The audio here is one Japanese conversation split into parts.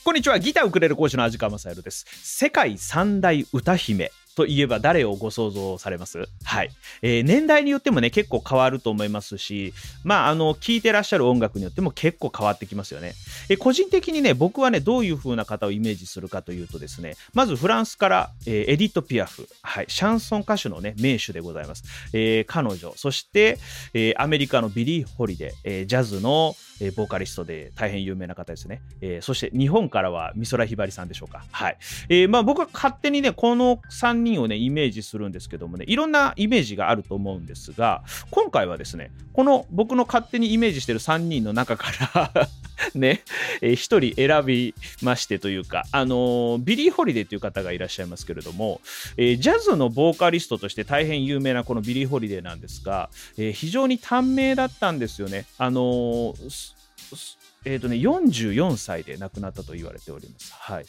こんにちは。ギターウクレレ講師の安治川雅宏です。世界三大歌姫といえば誰をご想像されます？はい。年代によってもね、結構変わると思いますし、聴いてらっしゃる音楽によっても結構変わってきますよね。個人的にね、僕はね、どういう風な方をイメージするかというとですね、まずフランスから、エディット・ピアフ、はい、シャンソン歌手のね、名手でございます。彼女、そして、アメリカのビリー・ホリデー、ジャズのボーカリストで大変有名な方ですね。そして日本からは美空ひばりさんでしょうか。はい。僕は勝手にね、この3人をね、イメージするんですけどもね、いろんなイメージがあると思うんですが、今回はですね、この僕の勝手にイメージしてる3人の中からね、1人選びましてというか、ビリー・ホリデーという方がいらっしゃいますけれども、ジャズのボーカリストとして大変有名なこのビリー・ホリデーなんですが、非常に短命だったんですよね。44歳で亡くなったと言われております。はい。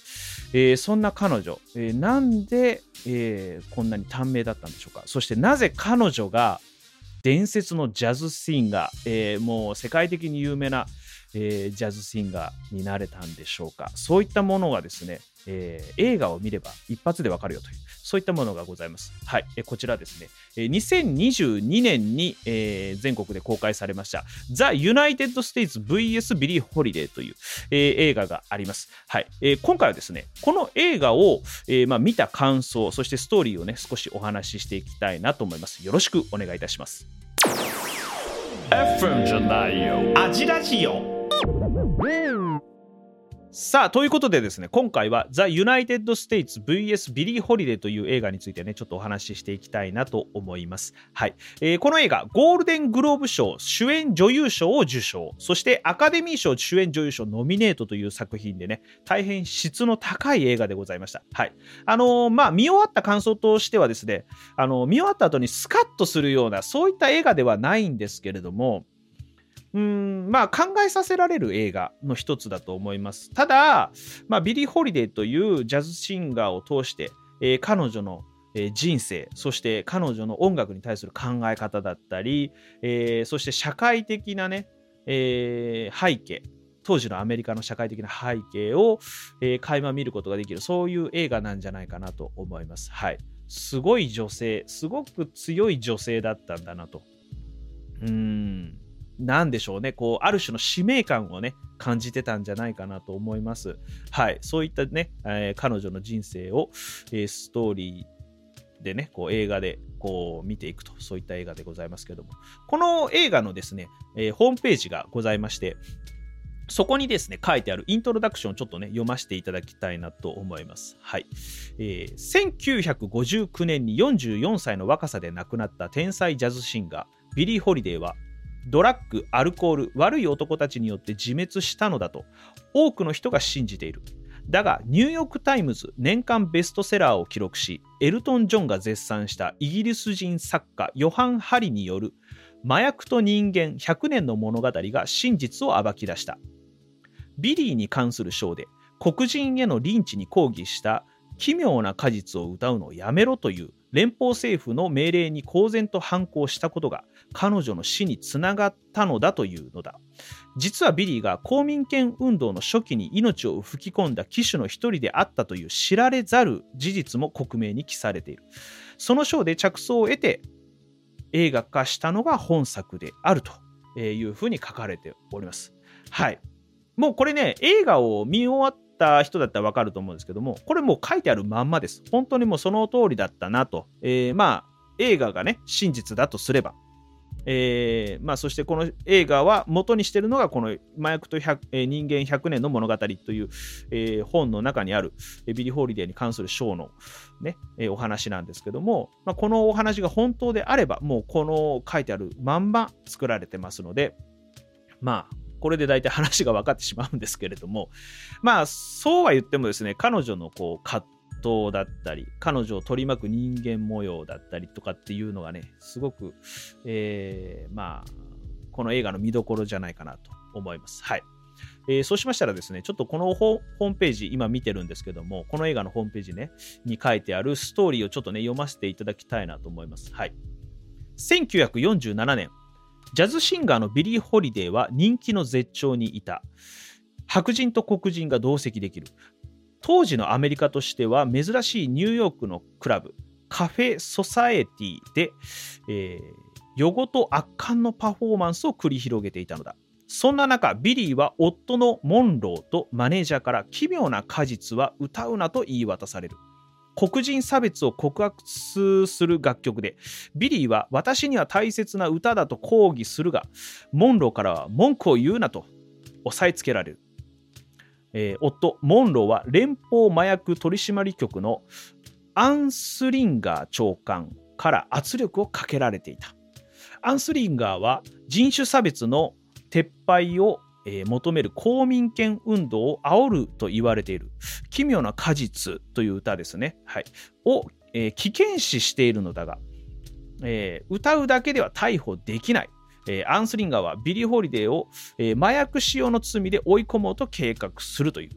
そんな彼女、なんで、こんなに短命だったんでしょうか。そしてなぜ彼女が伝説のジャズシンガー、もう世界的に有名な、ジャズシンガーになれたんでしょうか。そういったものがですね、映画を見れば一発でわかるよという、そういったものがございます。はい。こちらですね、2022年に、全国で公開されました The United States vs ビリー・ホリデーという、映画があります。はい。今回はですね、この映画を、見た感想、そしてストーリーをね、少しお話ししていきたいなと思います。よろしくお願いいたします。FM じゃないよ、アジラジオ。さあ、ということでですね、今回は The United States vs ビリー・ホリデーという映画についてね、ちょっとお話ししていきたいなと思います。はい。この映画、ゴールデングローブ賞主演女優賞を受賞、そしてアカデミー賞主演女優賞ノミネートという作品でね、大変質の高い映画でございました。はい。見終わった感想としてはですね、見終わった後にスカッとするような、そういった映画ではないんですけれども、考えさせられる映画の一つだと思います。ただ、ビリー・ホリデーというジャズシンガーを通して、彼女の人生、そして彼女の音楽に対する考え方だったり、そして社会的なね、背景、当時のアメリカの社会的な背景を、垣間見ることができる、そういう映画なんじゃないかなと思います。はい。すごい女性、すごく強い女性だったんだなと。なんでしょうね、こうある種の使命感をね感じてたんじゃないかなと思います。はい、そういったね、彼女の人生を、ストーリーでね、こう映画でこう見ていくと、そういった映画でございますけども、この映画のですね、ホームページがございまして、そこにですね書いてあるイントロダクションをちょっとね読ませていただきたいなと思います。はい。1959年に44歳の若さで亡くなった天才ジャズシンガービリー・ホリデーは、ドラッグ、アルコール、悪い男たちによって自滅したのだと多くの人が信じている。だがニューヨークタイムズ年間ベストセラーを記録し、エルトン・ジョンが絶賛したイギリス人作家ヨハン・ハリによる麻薬と人間100年の物語が真実を暴き出した。ビリーに関する章で黒人へのリンチに抗議した奇妙な果実を歌うのをやめろという連邦政府の命令に公然と反抗したことが彼女の死につながったのだというのだ。実はビリーが公民権運動の初期に命を吹き込んだ騎手の一人であったという知られざる事実も克明に記されている。その章で着想を得て映画化したのが本作であるというふうに書かれております。はい。もうこれね、映画を見終わった人だったらわかると思うんですけども、これもう書いてあるまんまです。本当にもうその通りだったなと。映画がね、真実だとすれば。そしてこの映画は元にしているのがこの麻薬と人間100年の物語という、本の中にあるビリー・ホリデーに関する章の、ねお話なんですけども、このお話が本当であればもうこの書いてあるまんま作られてますので、これで大体話が分かってしまうんですけれども、そうは言ってもですね、彼女のこう葛藤だったり、彼女を取り巻く人間模様だったりとかっていうのがね、すごく、この映画の見どころじゃないかなと思います。はい。そうしましたらですね、ちょっとこのホームページ今見てるんですけども、この映画のホームページねに書いてあるストーリーをちょっとね読ませていただきたいなと思います。はい。1947年、ジャズシンガーのビリー・ホリデーは人気の絶頂にいた。 白人と黒人が同席できる。当時のアメリカとしては珍しいニューヨークのクラブ、カフェソサエティで、夜ごと圧巻のパフォーマンスを繰り広げていたのだ。そんな中、ビリーは夫のモンローとマネージャーから奇妙な果実は歌うなと言い渡される。黒人差別を告白する楽曲で、ビリーは私には大切な歌だと抗議するが、モンローからは文句を言うなと押さえつけられる。夫モンローは連邦麻薬取締局のアンスリンガー長官から圧力をかけられていた。アンスリンガーは人種差別の撤廃を求める公民権運動を煽ると言われている奇妙な果実という歌ですね、はい、を、危険視しているのだが、歌うだけでは逮捕できない。アンスリンガーはビリー・ホリデーを、麻薬使用の罪で追い込もうと計画するという、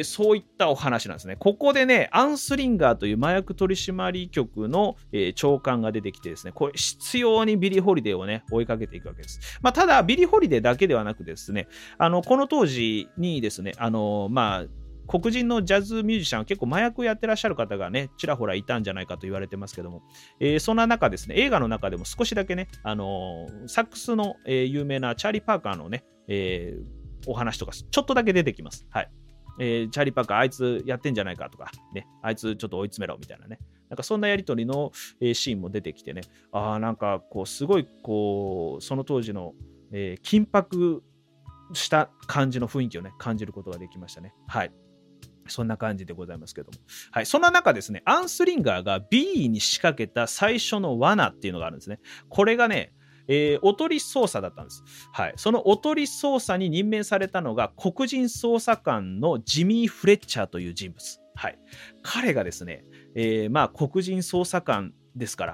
そういったお話なんですね。ここでね、アンスリンガーという麻薬取締局の、長官が出てきてですね、これ執拗にビリー・ホリデーをね追いかけていくわけです。ただビリー・ホリデーだけではなくですね、この当時にですね、黒人のジャズミュージシャンは結構麻薬やってらっしゃる方がねちらほらいたんじゃないかと言われてますけども、そんな中ですね、映画の中でも少しだけね、サックスの、有名なチャーリー・パーカーのね、お話とかちょっとだけ出てきます。はい。チャーリー・パーカーあいつやってんじゃないかとかね、あいつちょっと追い詰めろみたいなね、なんかそんなやり取りの、シーンも出てきてね、なんかこうすごいこうその当時の、緊迫した感じの雰囲気をね感じることができましたね。はい。そんな感じでございますけども、はい、そんな中ですね、アンスリンガーがビリーに仕掛けた最初の罠っていうのがあるんですね。これがね、おとり捜査だったんです。はい、そのおとり捜査に任命されたのが黒人捜査官のジミー・フレッチャーという人物。はい、彼がですね、黒人捜査官ですから、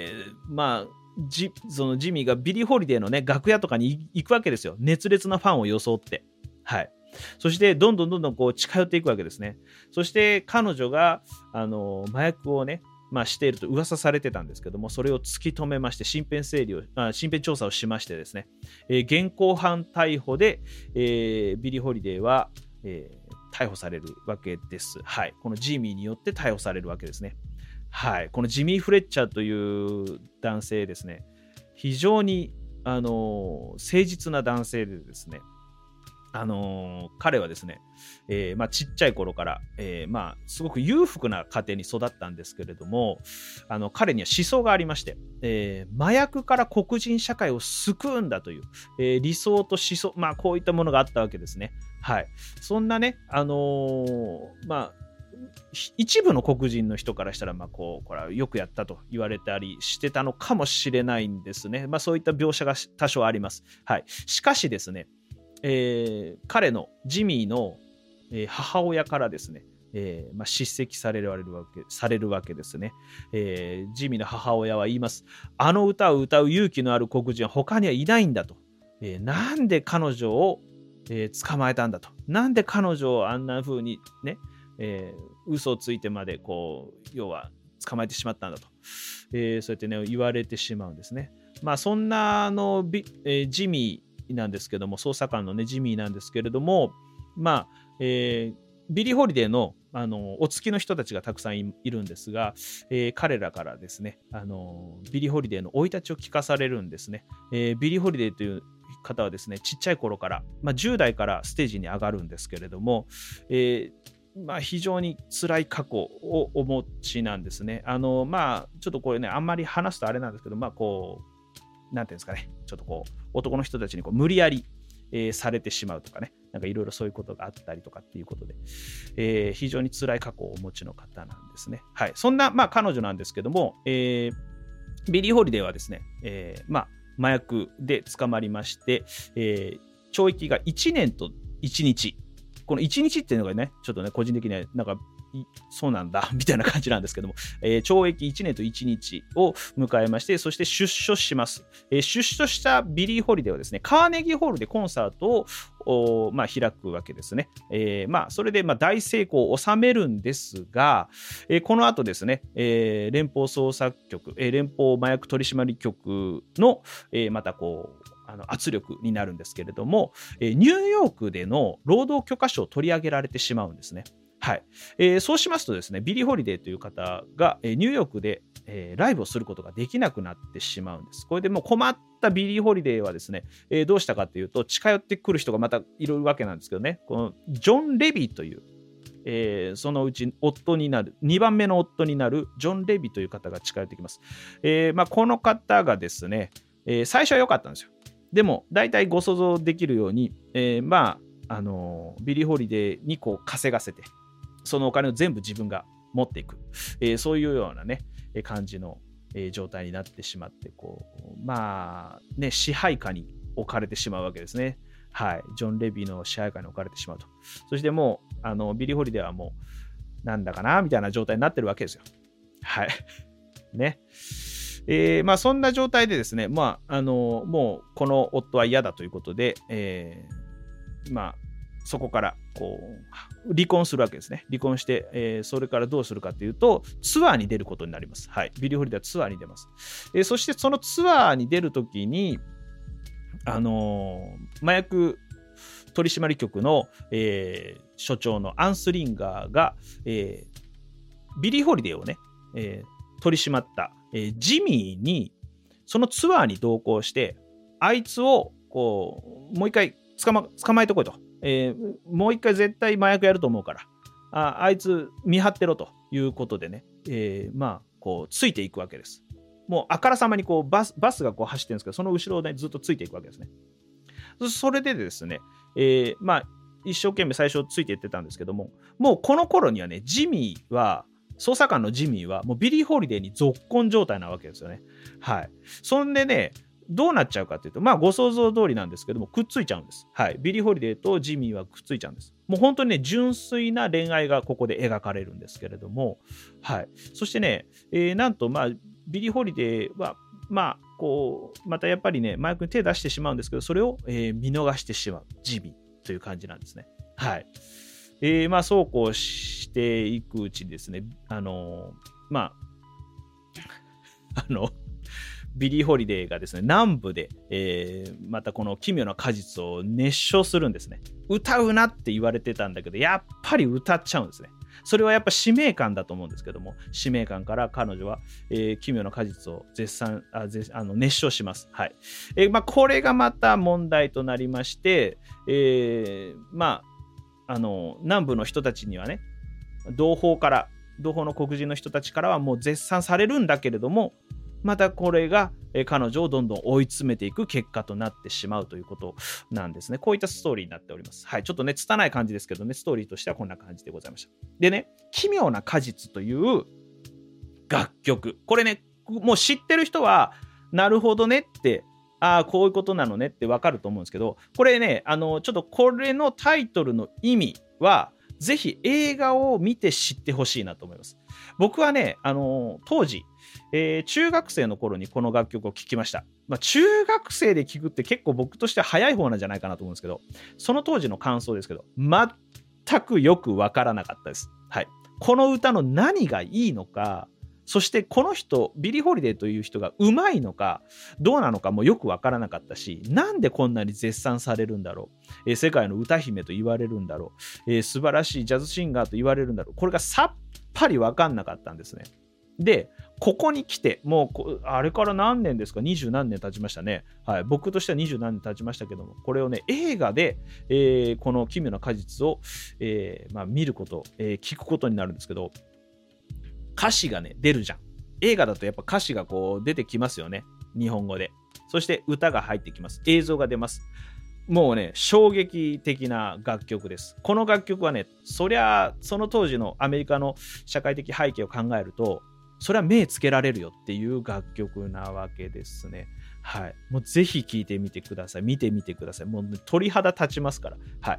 そのジミーがビリー・ホリデーのね楽屋とかに行くわけですよ。熱烈なファンを装って。はい。そしてどんどんこう近寄っていくわけですね。そして彼女が麻薬をね、していると噂されてたんですけども、それを突き止めまして身辺調査をしましてですね、現行犯逮捕で、ビリー・ホリデーは、逮捕されるわけです。はい、このジミーによって逮捕されるわけですね。はい、このジミー・フレッチャーという男性ですね、非常に誠実な男性でですね、彼はですね、ちっちゃい頃から、すごく裕福な家庭に育ったんですけれども、彼には思想がありまして、麻薬から黒人社会を救うんだという、理想と思想、こういったものがあったわけですね。はい、そんなね、一部の黒人の人からしたら、これはよくやったと言われたりしてたのかもしれないんですね。そういった描写が多少あります。はい、しかしですね、彼のジミーの、母親からですね、叱責されるわけですね。ジミーの母親は言います。あの歌を歌う勇気のある黒人は他にはいないんだと。なんで彼女を、捕まえたんだと。なんで彼女をあんな風にね、嘘をついてまでこう要は捕まえてしまったんだと、そうやってね言われてしまうんですね。そんなジミーなんですけども、捜査官のねジミーなんですけれども、ビリー・ホリデーのお付きの人たちがたくさんいるんですが、彼らからですねビリー・ホリデーの生い立ちを聞かされるんですね。ビリー・ホリデーという方はですねちっちゃい頃から、10代からステージに上がるんですけれども、非常に辛い過去をお持ちなんですね。ちょっとこれねあんまり話すとあれなんですけど、こうなんていうんですかね、ちょっとこう男の人たちにこう無理やり、されてしまうとかね、なんかいろいろそういうことがあったりとかっていうことで、非常に辛い過去をお持ちの方なんですね。はい、そんな、彼女なんですけども、ビリー・ホリデーはですね、麻薬で捕まりまして、懲役が1年と1日。この1日っていうのがね、ちょっとね、個人的にはなんかそうなんだみたいな感じなんですけども、懲役1年と1日を迎えまして、そして出所します。出所したビリー・ホリデーはですね、カーネギーホールでコンサートを開くわけですね。それで大成功を収めるんですが、この後ですね、連邦捜査局、連邦麻薬取締局の、またこう圧力になるんですけれども、ニューヨークでの労働許可証を取り上げられてしまうんですね。はい。そうしますとですね、ビリー・ホリデーという方が、ニューヨークで、ライブをすることができなくなってしまうんです。これでもう困ったビリー・ホリデーはですね、どうしたかというと、近寄ってくる人がまたいるわけなんですけどね、このジョン・レビーという、そのうち夫になる2番目の夫になるジョン・レビという方が近寄ってきます。この方がですね、最初は良かったんですよ。でも大体ご想像できるように、ビリー・ホリデーにこう稼がせてそのお金を全部自分が持っていく、そういうようなね感じの、状態になってしまってこう支配下に置かれてしまうわけですね。はい、ジョン・レビーの支配下に置かれてしまうと。そしてもうビリー・ホリデーはもうなんだかなみたいな状態になってるわけですよ。はいね。そんな状態でですね、もうこの夫は嫌だということで、そこからこう離婚するわけですね。離婚して、それからどうするかというとツアーに出ることになります。はい、ビリー・ホリデーはツアーに出ます。そしてそのツアーに出るときに麻薬取締局の、所長のアンス・リンガーが、ビリー・ホリデーをね、取り締まった、ジミーにそのツアーに同行してあいつをこうもう一回捕まえてこいと、もう一回絶対麻薬やると思うからあいつ見張ってろということでね、こうついていくわけです。もうあからさまにこうバスがこう走ってるんですけどその後ろをねずっとついていくわけですね。それでですね、一生懸命最初ついていってたんですけどももうこの頃にはね捜査官のジミーはもうビリー・ホリデーにぞっこん状態なわけですよね。はい。そんでねどうなっちゃうかというとご想像通りなんですけどもくっついちゃうんです。はい。ビリー・ホリデーとジミーはくっついちゃうんです。もう本当にね純粋な恋愛がここで描かれるんですけれども、はい。そしてね、なんとビリー・ホリデーはまたやっぱりね麻薬に手出してしまうんですけどそれを、見逃してしまうジミーという感じなんですね。はい。そうこうしていくうちにですねビリー・ホリデーがですね南部で、またこの奇妙な果実を熱唱するんですね。歌うなって言われてたんだけどやっぱり歌っちゃうんですね。それはやっぱ使命感だと思うんですけども使命感から彼女は、奇妙な果実を熱唱します。はい。これがまた問題となりまして、南部の人たちにはね同胞の黒人の人たちからはもう絶賛されるんだけれどもまたこれが彼女をどんどん追い詰めていく結果となってしまうということなんですね。こういったストーリーになっております。はい、ちょっとね拙い感じですけどねストーリーとしてはこんな感じでございました。でね奇妙な果実という楽曲これねもう知ってる人はなるほどねってこういうことなのねってわかると思うんですけどこれねちょっとこれのタイトルの意味はぜひ映画を見て知ってほしいなと思います。僕はね当時中学生の頃にこの楽曲を聴きました。中学生で聴くって結構僕としては早い方なんじゃないかなと思うんですけどその当時の感想ですけど全くよくわからなかったです。はい。この歌の何がいいのかそしてこの人ビリー・ホリデーという人がうまいのかどうなのかもよくわからなかったしなんでこんなに絶賛されるんだろう、世界の歌姫と言われるんだろう、素晴らしいジャズシンガーと言われるんだろうこれがさっぱりわかんなかったんですね。でここに来てもうあれから何年ですか20何年経ちましたね。はい、僕としては20何年経ちましたけどもこれをね映画で、この奇妙な果実を、見ること、聞くことになるんですけど歌詞がね出るじゃん。映画だとやっぱ歌詞がこう出てきますよね日本語で。そして歌が入ってきます映像が出ます。もうね衝撃的な楽曲です。この楽曲はねそりゃその当時のアメリカの社会的背景を考えるとそれは目つけられるよっていう楽曲なわけですね。はい。もうぜひ聴いてみてください。見てみてください。もう、ね、鳥肌立ちますから。はい。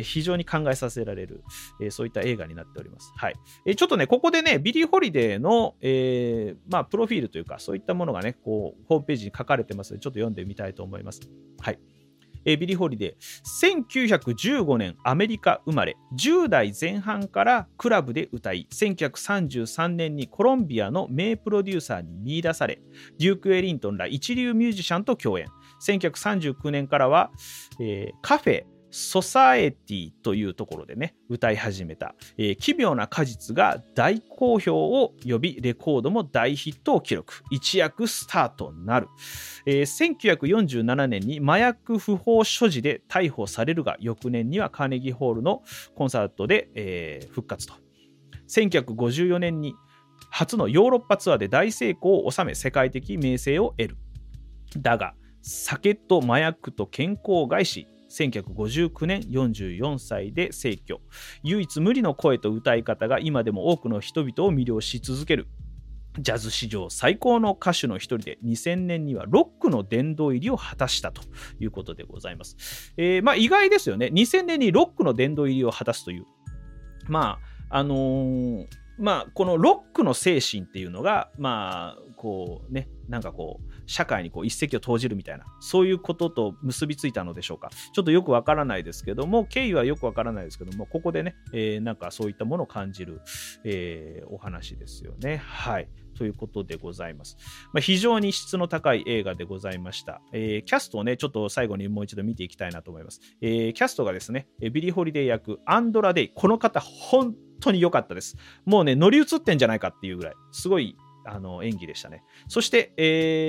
非常に考えさせられる、そういった映画になっております。はい。ちょっとね、ここでね、ビリー・ホリデーの、プロフィールというか、そういったものがね、こう、ホームページに書かれてますので、ちょっと読んでみたいと思います。はい。ビリー・ホリデー1915年アメリカ生まれ10代前半からクラブで歌い1933年にコロンビアの名プロデューサーに見出されデューク・エリントンら一流ミュージシャンと共演 1939年からは、カフェソサエティというところでね歌い始めた、奇妙な果実が大好評を呼びレコードも大ヒットを記録。一躍スターとなる。1947年に麻薬不法所持で逮捕されるが翌年にはカーネギーホールのコンサートで、復活と。1954年に初のヨーロッパツアーで大成功を収め世界的名声を得る。だが酒と麻薬と健康を害し1959年44歳で逝去。唯一無二の声と歌い方が今でも多くの人々を魅了し続けるジャズ史上最高の歌手の一人で2000年にはロックの殿堂入りを果たしたということでございます。意外ですよね。2000年にロックの殿堂入りを果たすというこのロックの精神っていうのが社会に一石を投じるみたいなそういうことと結びついたのでしょうか。ちょっとよくわからないですけども経緯はよくわからないですけどもここでね、そういったものを感じる、お話ですよね。はいということでございます。非常に質の高い映画でございました。キャストをねちょっと最後にもう一度見ていきたいなと思います。キャストがですねビリー・ホリデー役アンドラ・デイ。この方本当に良かったです。もうね乗り移ってんじゃないかっていうぐらいすごい演技でしたね。そして、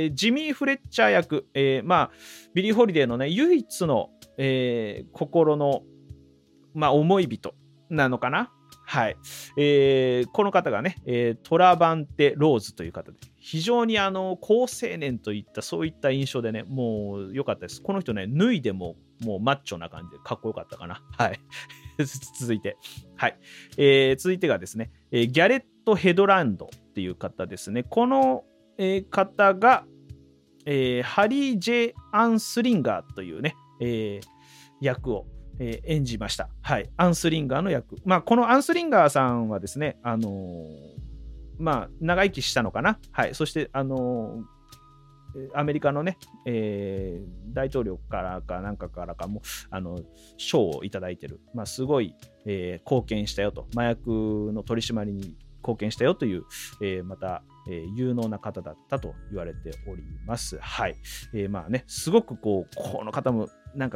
ジミー・フレッチャー役、ビリー・ホリデーのね唯一の、心の、思い人なのかな。はい、この方がね、トラバンテ・ローズという方で非常に好青年といったそういった印象でねもう良かったです。この人ね脱いでももうマッチョな感じでかっこよかったかな。はい続いてがですね、ギャレット・ヘドランドっていう方ですね。この、方が、ハリー・ジェイ・アンスリンガーというね、役を、演じました。はい、アンスリンガーの役。このアンスリンガーさんはですね、長生きしたのかな。はい、そしてアメリカのね、大統領からかなんかからかも賞をいただいてる、すごい、貢献したよと麻薬の取り締まりに貢献したよという、また、有能な方だったと言われております。はい、すごくこの方も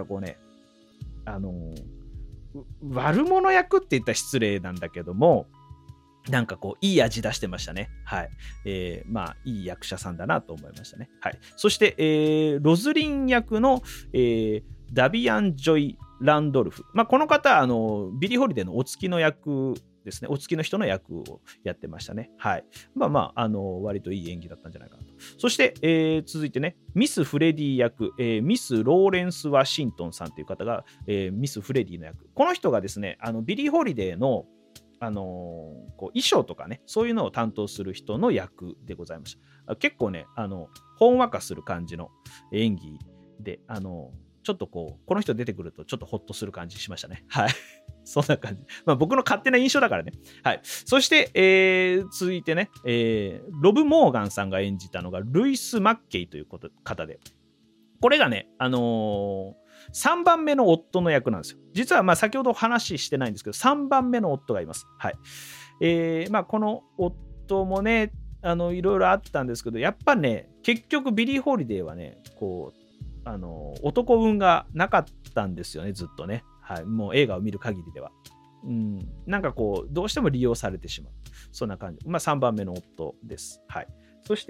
悪者役って言ったら失礼なんだけどもいい味出してましたね。はい。いい役者さんだなと思いましたね。はい。そして、ロズリン役の、ダビアン・ジョイ・ランドルフ。この方ビリー・ホリデーのお付きの役ですね。お付きの人の役をやってましたね。はい。割といい演技だったんじゃないかなと。そして、続いてね、ミス・フレディ役、ミス・ローレンス・ワシントンさんという方が、ミス・フレディの役。この人がですね、ビリー・ホリデーの衣装とかねそういうのを担当する人の役でございました。結構ねほんわかする感じの演技でちょっとこの人出てくるとちょっとホッとする感じしましたね。はいそんな感じ。僕の勝手な印象だからね。はい。そして、続いてね、ロブ・モーガンさんが演じたのがルイス・マッケイという方でこれがね3番目の夫の役なんですよ。実は先ほど話してないんですけど3番目の夫がいます。はい。この夫もねいろいろあったんですけどやっぱね結局ビリー・ホリデーはね男運がなかったんですよねずっとね。はい。もう映画を見る限りではどうしても利用されてしまうそんな感じ。3番目の夫です。はい。そして、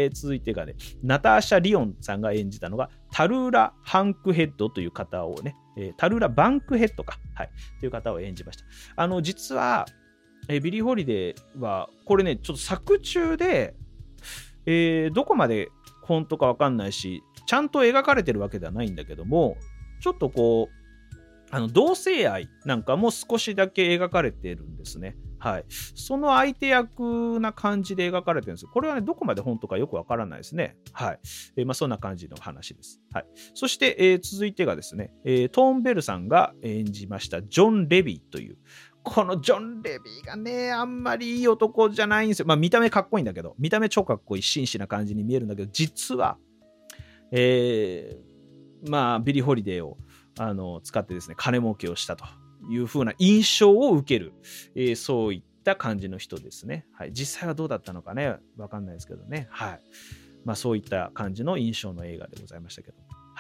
続いてがね、ナターシャ・リオンさんが演じたのがタルーラ・ハンクヘッドという方をね、タルーラ・バンクヘッドか、はい、という方を演じました。実は、ビリー・ホリデーは、これね、ちょっと作中で、どこまで本当かわかんないし、ちゃんと描かれてるわけではないんだけども、ちょっと同性愛なんかも少しだけ描かれてるんですね。はい。その相手役な感じで描かれてるんですよ。これはね、どこまで本当かよくわからないですね。はい。そんな感じの話です。はい。そして、続いてがですね、トーンベルさんが演じましたジョン・レビーという、このジョン・レビーがね、あんまりいい男じゃないんですよ。見た目かっこいいんだけど、見た目超かっこいい、紳士な感じに見えるんだけど、実は、ビリー・ホリデーを使ってですね、金儲けをしたという風な印象を受ける、そういった感じの人ですね。はい、実際はどうだったのかね、わかんないですけどね。はい。そういった感じの印象の映画でございましたけど。 はい。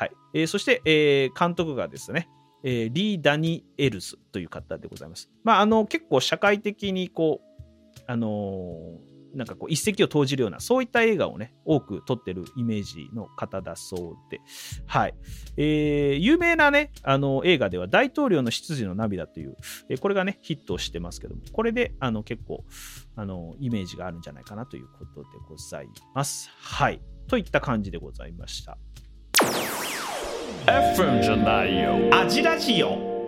そして、監督がですね、リー・ダニエルズという方でございます。結構社会的にこう、なんかこう一石を投じるようなそういった映画をね多く撮ってるイメージの方だそうで、はい。有名なね映画では大統領の執事の涙という、これがねヒットしてますけども、これで結構イメージがあるんじゃないかなということでございます。はい、といった感じでございました。 FM じゃないよ、 アジラジオ。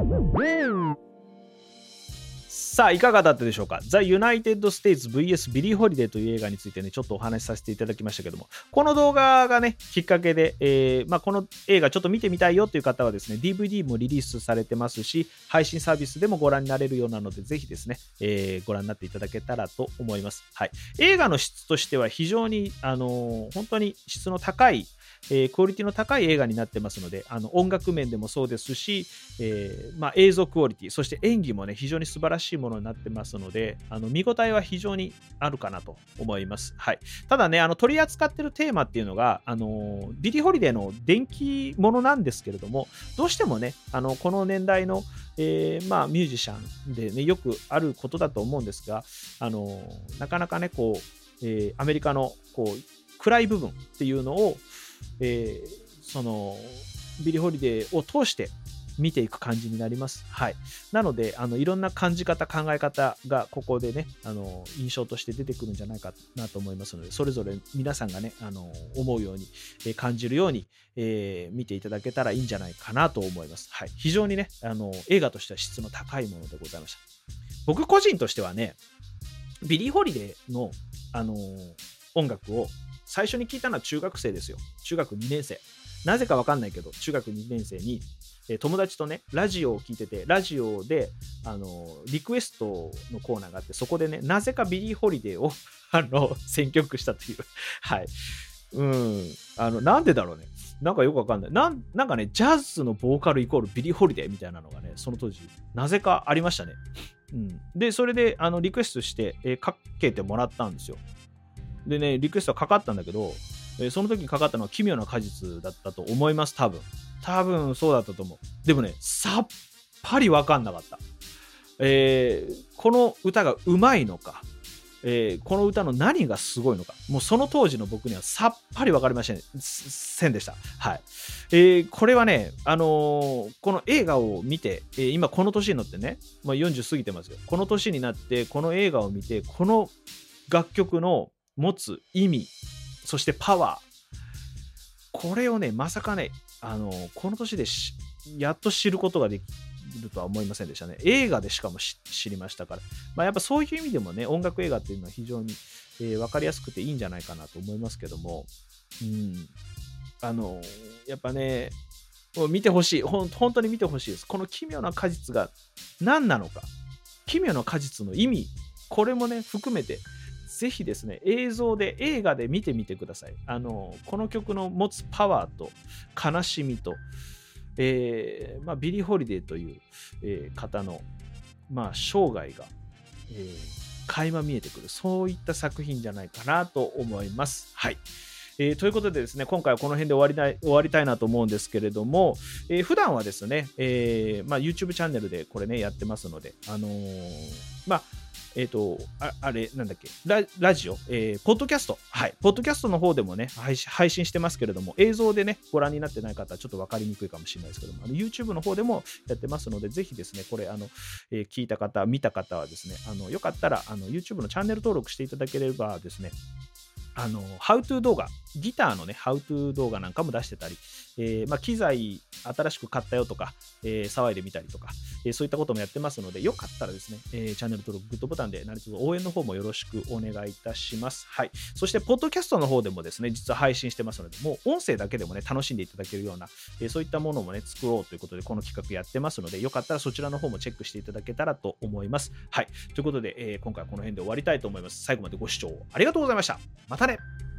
さあいかがだったでしょうか。ザ・ユナイテッド・ステイツ vs ビリー・ホリデーという映画についてねちょっとお話しさせていただきましたけども、この動画がねきっかけで、この映画ちょっと見てみたいよという方はですね DVD もリリースされてますし、配信サービスでもご覧になれるようなのでぜひですね、ご覧になっていただけたらと思います。はい、映画の質としては非常に本当に質の高いクオリティの高い映画になってますので、音楽面でもそうですし、映像クオリティ、そして演技もね非常に素晴らしいものになってますので、見応えは非常にあるかなと思います。はい、ただね取り扱ってるテーマっていうのがビリー・ホリデーの電気ものなんですけれども、どうしてもねこの年代のミュージシャンでねよくあることだと思うんですが、なかなかねこう、アメリカのこう暗い部分っていうのをそのビリー・ホリデーを通して見ていく感じになります。はい、なのでいろんな感じ方考え方がここでね印象として出てくるんじゃないかなと思いますので、それぞれ皆さんがね思うように感じるように見ていただけたらいいんじゃないかなと思います。はい、非常にね映画としては質の高いものでございました。僕個人としてはねビリー・ホリデーの音楽を最初に聞いたのは中学生ですよ。中学2年生。なぜか分かんないけど、中学2年生に友達とね、ラジオを聞いてて、ラジオでリクエストのコーナーがあって、そこでね、なぜかビリー・ホリデーを選曲したという。はい。なんでだろうね。なんかよくわかんない。なんかね、ジャズのボーカルイコールビリー・ホリデーみたいなのがね、その当時、なぜかありましたね。で、それでリクエストしてかけてもらったんですよ。でね、リクエストはかかったんだけど、その時にかかったのは奇妙な果実だったと思います。多分そうだったと思う。でもね、さっぱりわかんなかった。この歌がうまいのか、この歌の何がすごいのか、もうその当時の僕にはさっぱり分かりませんでした。はい。これはね、この映画を見て、今この年になってね、40過ぎてますよ。この年になってこの映画を見て、この楽曲の持つ意味、そしてパワー、これをねまさかねこの年でやっと知ることができるとは思いませんでしたね。映画でしかも知りましたから、やっぱそういう意味でもね音楽映画っていうのは非常に、分かりやすくていいんじゃないかなと思いますけども、やっぱね見てほしい。本当に見てほしいです。この奇妙な果実が何なのか、奇妙な果実の意味、これもね含めてぜひですね映画で見てみてください。この曲の持つパワーと悲しみと、ビリー・ホリデーという、方の、生涯が、垣間見えてくる、そういった作品じゃないかなと思います。はい。ということでですね、今回はこの辺で終わりたいなと思うんですけれども、普段はですね、YouTube チャンネルでこれねやってますので、あれなんだっけ、ラジオ、ポッドキャスト、はい、ポッドキャストの方でもね配信してますけれども、映像でねご覧になってない方はちょっと分かりにくいかもしれないですけども、YouTube の方でもやってますので、ぜひですねこれ聞いた方見た方はですねよかったらYouTube のチャンネル登録していただければですね、ハウトゥー動画、ギターのねハウトゥー動画なんかも出してたり、機材新しく買ったよとか、騒いでみたりとか、そういったこともやってますので、よかったらですね、チャンネル登録、グッドボタンで何卒応援の方もよろしくお願いいたします。はい。そして、ポッドキャストの方でもですね、実は配信してますので、もう音声だけでもね、楽しんでいただけるような、そういったものもね、作ろうということで、この企画やってますので、よかったらそちらの方もチェックしていただけたらと思います。はい。ということで、今回はこの辺で終わりたいと思います。最後までご視聴ありがとうございました。またね。